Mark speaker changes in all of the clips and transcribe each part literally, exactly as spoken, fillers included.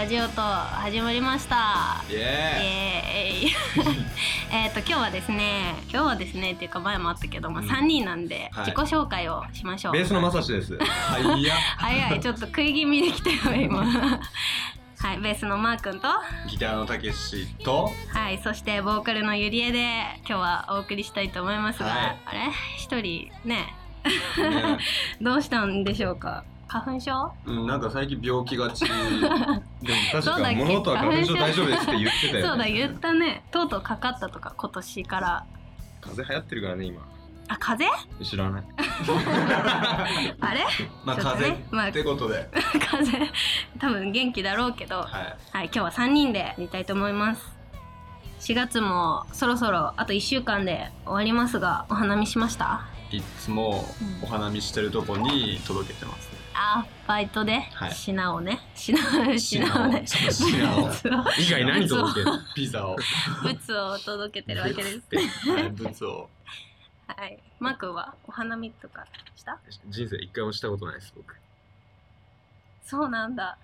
Speaker 1: ラジオと始まりました。
Speaker 2: イエーイ、イエ
Speaker 1: ーイえっと今日はですね今日はですねっていうか前もあったけど、まあ、さんにんなんで自己紹介をしましょう。
Speaker 2: ベースのまさしです。はいや
Speaker 1: 早い、ちょっと食い気味できたよ今はい、ベースのマー君と
Speaker 2: ギターのたけしと、
Speaker 1: はい、そしてボーカルのゆりえで今日はお送りしたいと思いますが、はい、あれ一人ねねどうしたんでしょうか。花粉症？
Speaker 2: うん、なんか最近病気がちでも確か物音は花粉症大丈夫ですって言ってたよね。
Speaker 1: そうだ、言ったね。とうとうかかったとか今年から。
Speaker 2: 風邪流行ってるからね今。
Speaker 1: あ、風邪？
Speaker 2: 知らない
Speaker 1: あれ？
Speaker 2: まあ風邪、まあ、ってことで
Speaker 1: 風邪多分元気だろうけど、はい、はい、今日はさんにんでやりたいと思います。しがつもそろそろあといっしゅうかんで終わりますが、お花見しました？
Speaker 2: いつもお花見してるとこに届けてますね。
Speaker 1: あ、バイトで、はい、品をね品
Speaker 2: 品をね品を以外何届けるの？ピザを
Speaker 1: 物を届けてるわけです
Speaker 2: はい、物を
Speaker 1: はい。マー君はお花見とかした？
Speaker 2: 人生一回もしたことないです僕。
Speaker 1: そうなんだ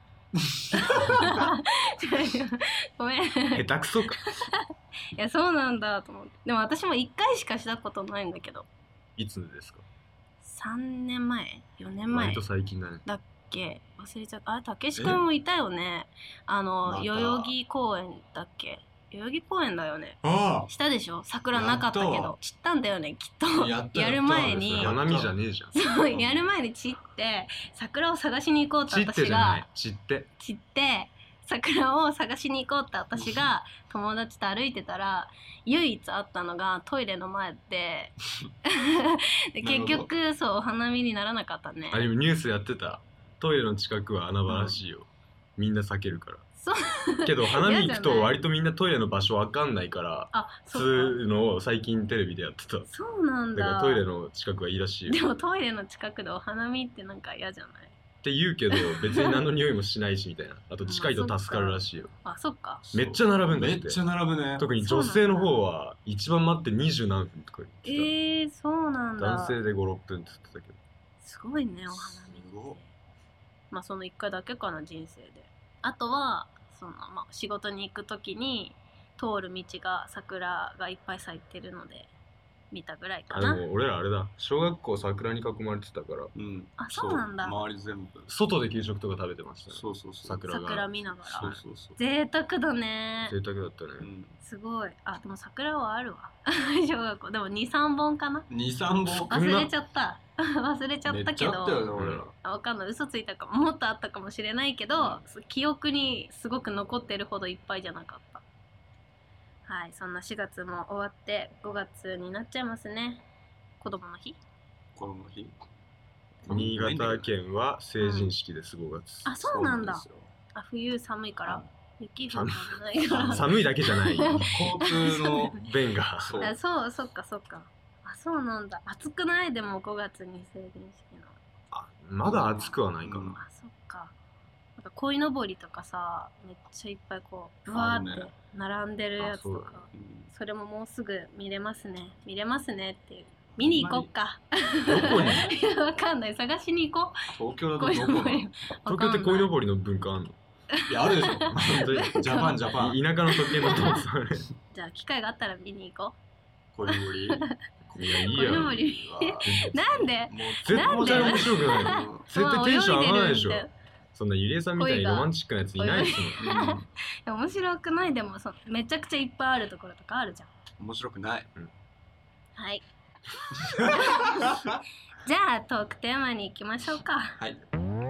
Speaker 1: ごめん
Speaker 2: 下手くそか
Speaker 1: いやそうなんだと思って。でも私もいっかいしかしたことないんだけど。
Speaker 2: いつですか？
Speaker 1: さんねんまえよねんまえ
Speaker 2: 割と最近だね。
Speaker 1: だっけ、忘れちゃった。あれ、たけし君もいたよね。あの代々木公園だっけ。代々木公園だよね。ああしたでしょ。桜なかったけど散ったんだよねきっと。 や, やる前に
Speaker 2: 花見じゃねえじゃん。
Speaker 1: そう、やる前に散って桜を探しに行こうって私が
Speaker 2: 散ってじゃない散って
Speaker 1: 散って桜を探しに行こうって私が友達と歩いてたら唯一あったのがトイレの前でで結局そうお花見にならなかったね。
Speaker 2: あれニュースやってた。トイレの近くは穴場らしいよ、うん、みんな避けるから。そうけど花見行くと割とみんなトイレの場所わかんないからつうのを最近テレビでやってた。
Speaker 1: そうなんだ。
Speaker 2: だからトイレの近くはいいらしいよ。
Speaker 1: でもトイレの近くでお花見ってなんか嫌じゃない
Speaker 2: って言うけど別に何の匂いもしないしみたいな。あと近いと助かるらしいよ。
Speaker 1: あ、そっか。
Speaker 2: めっちゃ並ぶんだって。
Speaker 3: めっちゃ並ぶね。
Speaker 2: 特に女性の方は一番待って二十何分とか言ってた。
Speaker 1: えー、そうなんだ。
Speaker 2: 男性でご、ろっぷんって言ってたけど。
Speaker 1: すごいねお花見って。まあそのいっかいだけかな人生で。あとはその、まあ、仕事に行く時に通る道が桜がいっぱい咲いてるので見たぐらいかな。
Speaker 2: あ、でも俺らあれだ、小学校桜に囲まれてたから、
Speaker 1: うん、あ、そうなんだ。
Speaker 3: 周り全部
Speaker 2: 外で給食とか食べてましたね。
Speaker 3: そうそうそう、
Speaker 2: 桜が
Speaker 1: 桜見ながら。
Speaker 2: そうそうそう、
Speaker 1: 贅沢だね。
Speaker 2: 贅沢だったね、
Speaker 1: うん、すごい。あ、でも桜はあるわ小学校でも にさんぼんかな。
Speaker 3: にさんぼん
Speaker 1: 忘れちゃった忘れちゃったけど。めっちゃあったよね
Speaker 3: 俺ら。
Speaker 1: あ、わかんない、嘘ついたかも。もっとあったかもしれないけど、うん、記憶にすごく残ってるほどいっぱいじゃなかった。はい、そんなしがつも終わってごがつになっちゃいますね。子供の日。
Speaker 3: 子供の日。
Speaker 2: 新潟県は成人式です、うん、ごがつ。
Speaker 1: あ、そうなんだ。あ、冬寒いから。雪降ってないから
Speaker 2: 寒いだけじゃない交通の便が
Speaker 1: そう、あ、そう、そっかそっか。あ、そうなんだ。暑くない？でもごがつに成人式の。
Speaker 2: あ、まだ暑くはないかな、うん、
Speaker 1: あ、そっか。なんか鯉のぼりとかさ、めっちゃいっぱいこうブワーって並んでるやつとか、 そ,、ね、それももうすぐ見れますね見れますねっていう。見に行こっか。
Speaker 2: どこに？
Speaker 1: いや、わかんない。探しに行こ
Speaker 3: う。東京だとどこなの？
Speaker 2: 東京って鯉のぼりの文化あんの？
Speaker 3: いや、あるでしょ。本当にジャパンジャパン。
Speaker 2: 田舎の特権だと思ってたね。
Speaker 1: じゃあ機会があったら見に行こ
Speaker 3: う。鯉のぼり。
Speaker 2: いや、いいや。
Speaker 1: 鯉のぼり。なんで？
Speaker 2: 絶対面白くない。絶対テンション上がらないでしょ。そんなゆりえさんみたいにロマンチックなやついないです
Speaker 1: もん。面白くない。でもそめちゃくちゃいっぱいあるところとかあるじゃん。
Speaker 3: 面白くない。うん、
Speaker 1: はい。じゃあトークテーマに行きましょうか。
Speaker 3: はい。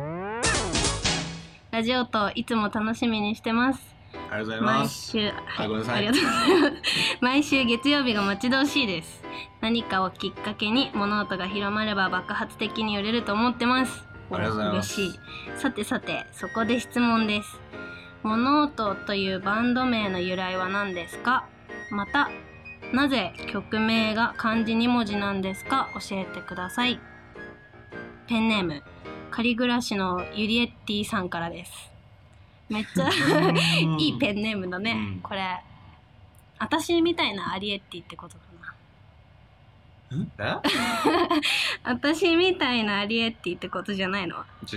Speaker 1: ラジオといつも楽しみにしてます。
Speaker 3: ありがとうございます。
Speaker 1: 毎週、
Speaker 3: はい、ごめんなさい。
Speaker 1: ありがとうございます。毎週月曜日が待ち遠しいです。何かをきっかけに物音が広まれば爆発的に売れると思ってます。
Speaker 3: ありがとうございます。
Speaker 1: 嬉しい。さてさて、そこで質問です。物音というバンド名の由来は何ですか？またなぜ曲名が漢字にもじなんですか？教えてください。ペンネーム仮暮らしのユリエッティさんからです。めっちゃいいペンネームだね、うん、これ私みたいなアリエッティってことかな。
Speaker 3: ん？え？
Speaker 1: 私みたいなアリエッティってことじゃないの？
Speaker 3: 違う。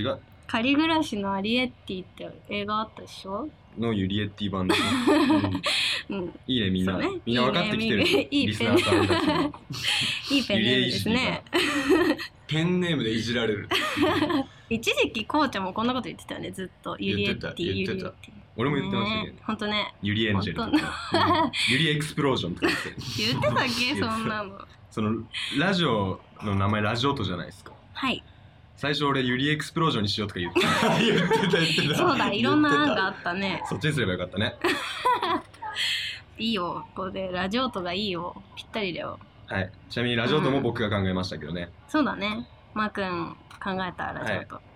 Speaker 1: 仮暮らしのアリエッティって映画あったでしょ
Speaker 2: のユリエッティ版です、
Speaker 1: うんうん、
Speaker 2: いいねみんな、
Speaker 1: ね、
Speaker 2: みんな分かってきてる
Speaker 1: いい、ね、
Speaker 2: リスナーさんたちも
Speaker 1: いいペンネームですね
Speaker 3: ペンネームでいじられる
Speaker 1: 一時期こうちゃんもこんなこと言ってたよね、ずっとユリエッティユリエッティ
Speaker 2: 俺も言ってましたけどね、
Speaker 1: ほんとね、
Speaker 2: ユリエンジェルとかユリエクスプロージョンとか
Speaker 1: 言ってたっけそんなの
Speaker 2: そのラジオの名前ラジオトじゃないですか。
Speaker 1: はい。
Speaker 2: 最初俺ユリエクスプロージョンにしようとか言ってた言ってた言ってた
Speaker 1: そうだ、いろんな案があったね。
Speaker 2: そっちにすればよかったね
Speaker 1: いいよ、これラジオトがいいよ、ぴったりだよ。
Speaker 2: はい。ちなみにラジオトも僕が考えましたけどね、うん、
Speaker 1: そうだね、マー君考えたラジオト、はい、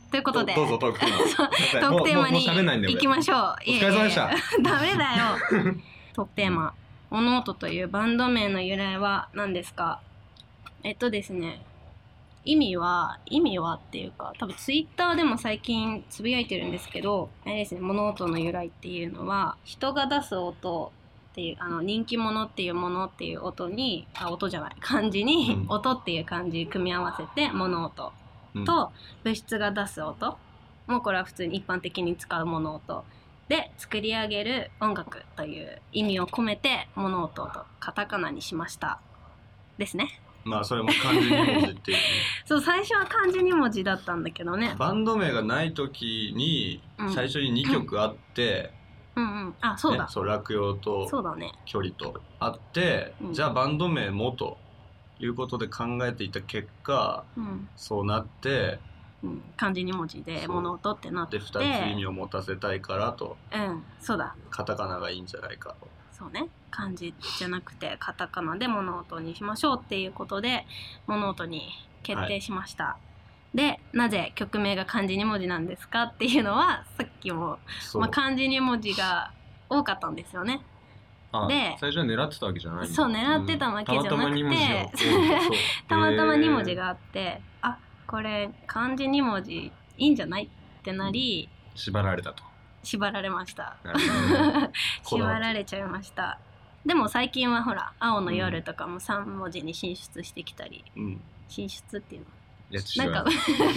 Speaker 1: ということで
Speaker 2: ど, どうぞトークテーマ
Speaker 1: トークテーマに行きましょう。お
Speaker 2: 疲れ様でした
Speaker 1: ダメだよトークテーマ、モノートというバンド名の由来は何ですか？えっとですね、意味は、意味はっていうか、多分ツイッターでも最近つぶやいてるんですけど、あれですね、物音の由来っていうのは、人が出す音っていう、あの、人気者っていうものっていう音に、あ、音じゃない、漢字に、うん、音っていう漢字組み合わせて、物音と、物質が出す音、もうこれは普通に一般的に使う物音で作り上げる音楽という意味を込めて、物音とカタカナにしました。ですね。
Speaker 3: まあそれも漢字に文字っていう、ね、
Speaker 1: そう、最初は漢字に文字だったんだけどね。
Speaker 3: バンド名がない時に最初ににきょくあって、
Speaker 1: うん、うんうん、あ、そうだ、
Speaker 3: ね、そう、落葉と距離とあって、
Speaker 1: うん、
Speaker 3: じゃあバンド名もということで考えていた結果、うん、そうなって、
Speaker 1: うん、漢字に文字で物音ってなって、
Speaker 3: でふたつ意味を持たせたいからと、
Speaker 1: うん、そうだ、
Speaker 3: カタカナがいいんじゃないかと。
Speaker 1: そうね、漢字じゃなくてカタカナで物音にしましょうっていうことで物音に決定しました、はい、で、なぜ曲名が漢字に文字なんですかっていうのはさっきも、まあ、漢字に文字が多かったんですよね。
Speaker 2: ああ、で、最初は狙ってたわけじゃないんだ。
Speaker 1: そう、狙ってたわけじゃなくて、うん、たまたまに文字たまたまに文字があって、あ、これ漢字に文字いいんじゃないってなり、
Speaker 2: 縛られたと。
Speaker 1: 縛られました縛られちゃいました。でも最近はほら青の夜とかもさん文字に進出してきたり、うん、進出っていうのなんか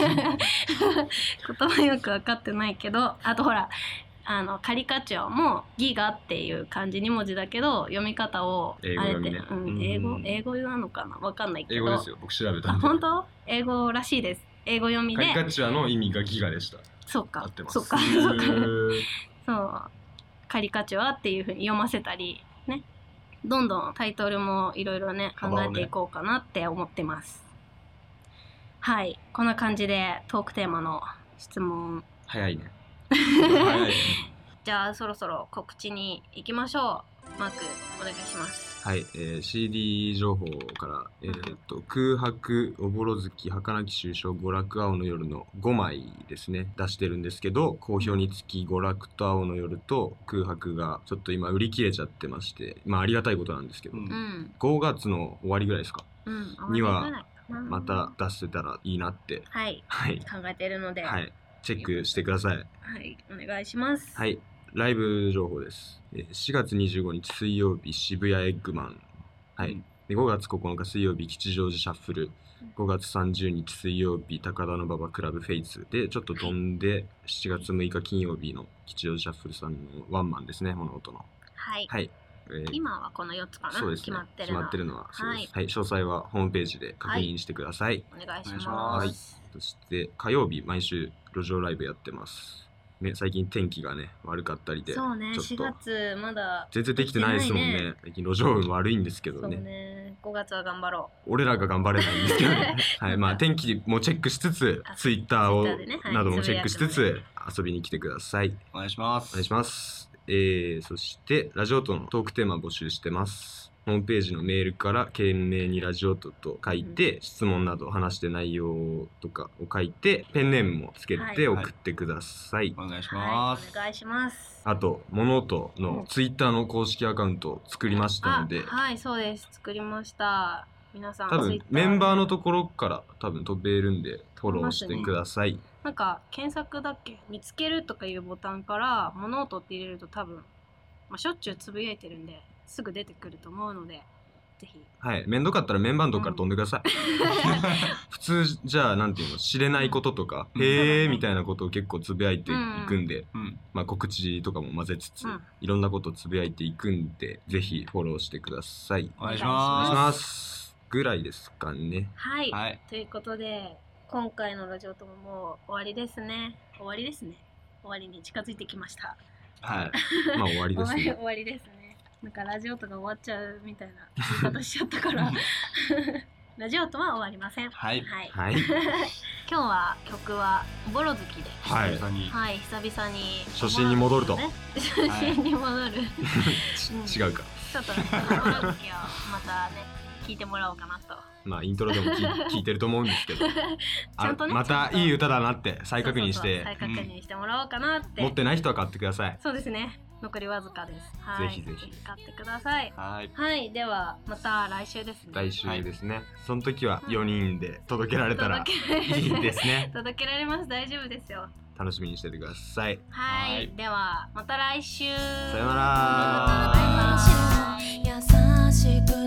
Speaker 1: 言葉よく分かってないけど、あとほらあのカリカチュアもギガっていう漢字に文字だけど読み方を
Speaker 2: 英語読みね、
Speaker 1: うん、英語英語なのかな分かんないけど、
Speaker 2: 英語ですよ、僕調べたん
Speaker 1: で。本当？英語らしいです。英語読みで
Speaker 2: カリカチュアの意味がギガでした。
Speaker 1: そうか、そうか、そうかそうカリカチュアっていう風に読ませたりね、どんどんタイトルもいろいろね考えていこうかなって思ってます、ね、はい、こんな感じでトークテーマの質問
Speaker 2: 早いね
Speaker 3: 早いね
Speaker 1: じゃあそろそろ告知に行きましょう。マークお願いします。
Speaker 2: はい、えー、シーディー 情報から、えー、と空白、おぼろ月、儚き終章、娯楽青の夜のごまいですね出してるんですけど、好評につき娯楽と青の夜と空白がちょっと今売り切れちゃってまして、まあありがたいことなんですけど、うん、ごがつの終わりぐらいですか、うん、にはまた出せたらいいなって、
Speaker 1: はい、はい、考えているので、
Speaker 2: はい、チェックしてください。
Speaker 1: はい、お願いします。
Speaker 2: はい、ライブ情報です。しがつにじゅうごにち水曜日渋谷エッグマン、はい、でごがつここのか水曜日吉祥寺シャッフル、ごがつさんじゅうにち水曜日高田馬場クラブフェイズでちょっと飛んで、しちがつむいか金曜日の吉祥寺シャッフルさんのワンマンですね、物音の。
Speaker 1: はい、
Speaker 2: はい、
Speaker 1: えー、今はこのよっつかな。
Speaker 2: そうですね、
Speaker 1: 決まってるの
Speaker 2: 決まってるのはそうです、はいはい、詳細はホームページで確認してください、
Speaker 1: はい、お願いします、
Speaker 2: はい、そして火曜日毎週路上ライブやってますね、最近天気がね悪かったりで、
Speaker 1: そうね、しがつまだ
Speaker 2: 全然できてないですもんね。最近路上運悪いんですけどね。
Speaker 1: そうね、ごがつは頑張ろ
Speaker 2: う。俺らが頑張れないんですけどねはい、まあ天気もチェックしつつツイッターを、ね、はい、などもチェックしつつ遊びに来てください。
Speaker 3: お願いします。
Speaker 2: お願いします。えー、そしてラジオとのトークテーマ募集してます。ホームページのメールから懸命にラジオとと書いて、うん、質問など話して内容とかを書いてペンネームもつけて送ってください、
Speaker 3: はい、お願いします、
Speaker 1: はい、お願いします。
Speaker 2: あと物音のツイッターの公式アカウントを作りましたので、
Speaker 1: はい、そうです、作りました。皆さん
Speaker 2: 多分メンバーのところから多分飛べるんでフォローしてください、ね、
Speaker 1: なんか検索だっけ見つけるとかいうボタンから物音って入れると多分、まあ、しょっちゅうつぶやいてるんですぐ出てくると思うので、 ぜひ。
Speaker 2: はい、面倒かったらメンバンドから飛んでください、うん、普通じゃあなんていうの知れないこととか、うん、へえみたいなことを結構つぶやいていくんで、うんまあ、告知とかも混ぜつつ、うん、いろんなことをつぶやいていくんでぜひフォローしてください。
Speaker 3: お願いします。お願いし
Speaker 2: ますぐらいですかね。
Speaker 1: はい、はい、ということで今回のラジオとももう終わりですね。終わりですね。終わりに近づいてきました。
Speaker 2: はいまあ終わりですね。
Speaker 1: 終わりですね。なんかラジオとか終わっちゃうみたいな言い方しちゃったからラジオとは終わりません。
Speaker 3: はい、
Speaker 1: はい
Speaker 2: はい、
Speaker 1: 今日は曲はボロ好きで、
Speaker 2: はい、
Speaker 1: はい、久々に
Speaker 2: 初心に戻ると、
Speaker 1: ね、初心に戻る、はい、
Speaker 2: 違うか
Speaker 1: ちょっとボロ好きをまたね聞いてもらおうかなと。
Speaker 2: まあイントロでも聞いてると思うんですけどちゃんとねまたいい歌だなって再確認して
Speaker 1: 再確認してもらおうかなって、
Speaker 2: うん、持ってない人は買ってください。
Speaker 1: そうですね、残りわずかです。はい、
Speaker 2: ぜひぜひ
Speaker 1: 買ってください。
Speaker 3: はい、
Speaker 1: はい、ではまた来週ですね。
Speaker 2: 来週ですね、はい、その時はよにんで届けられたらいいですね。
Speaker 1: 届けられます。大丈夫ですよ。
Speaker 2: 楽しみにしててください。
Speaker 1: はい、はい、ではまた来週。
Speaker 2: さよなら。
Speaker 1: バイバイ。優しく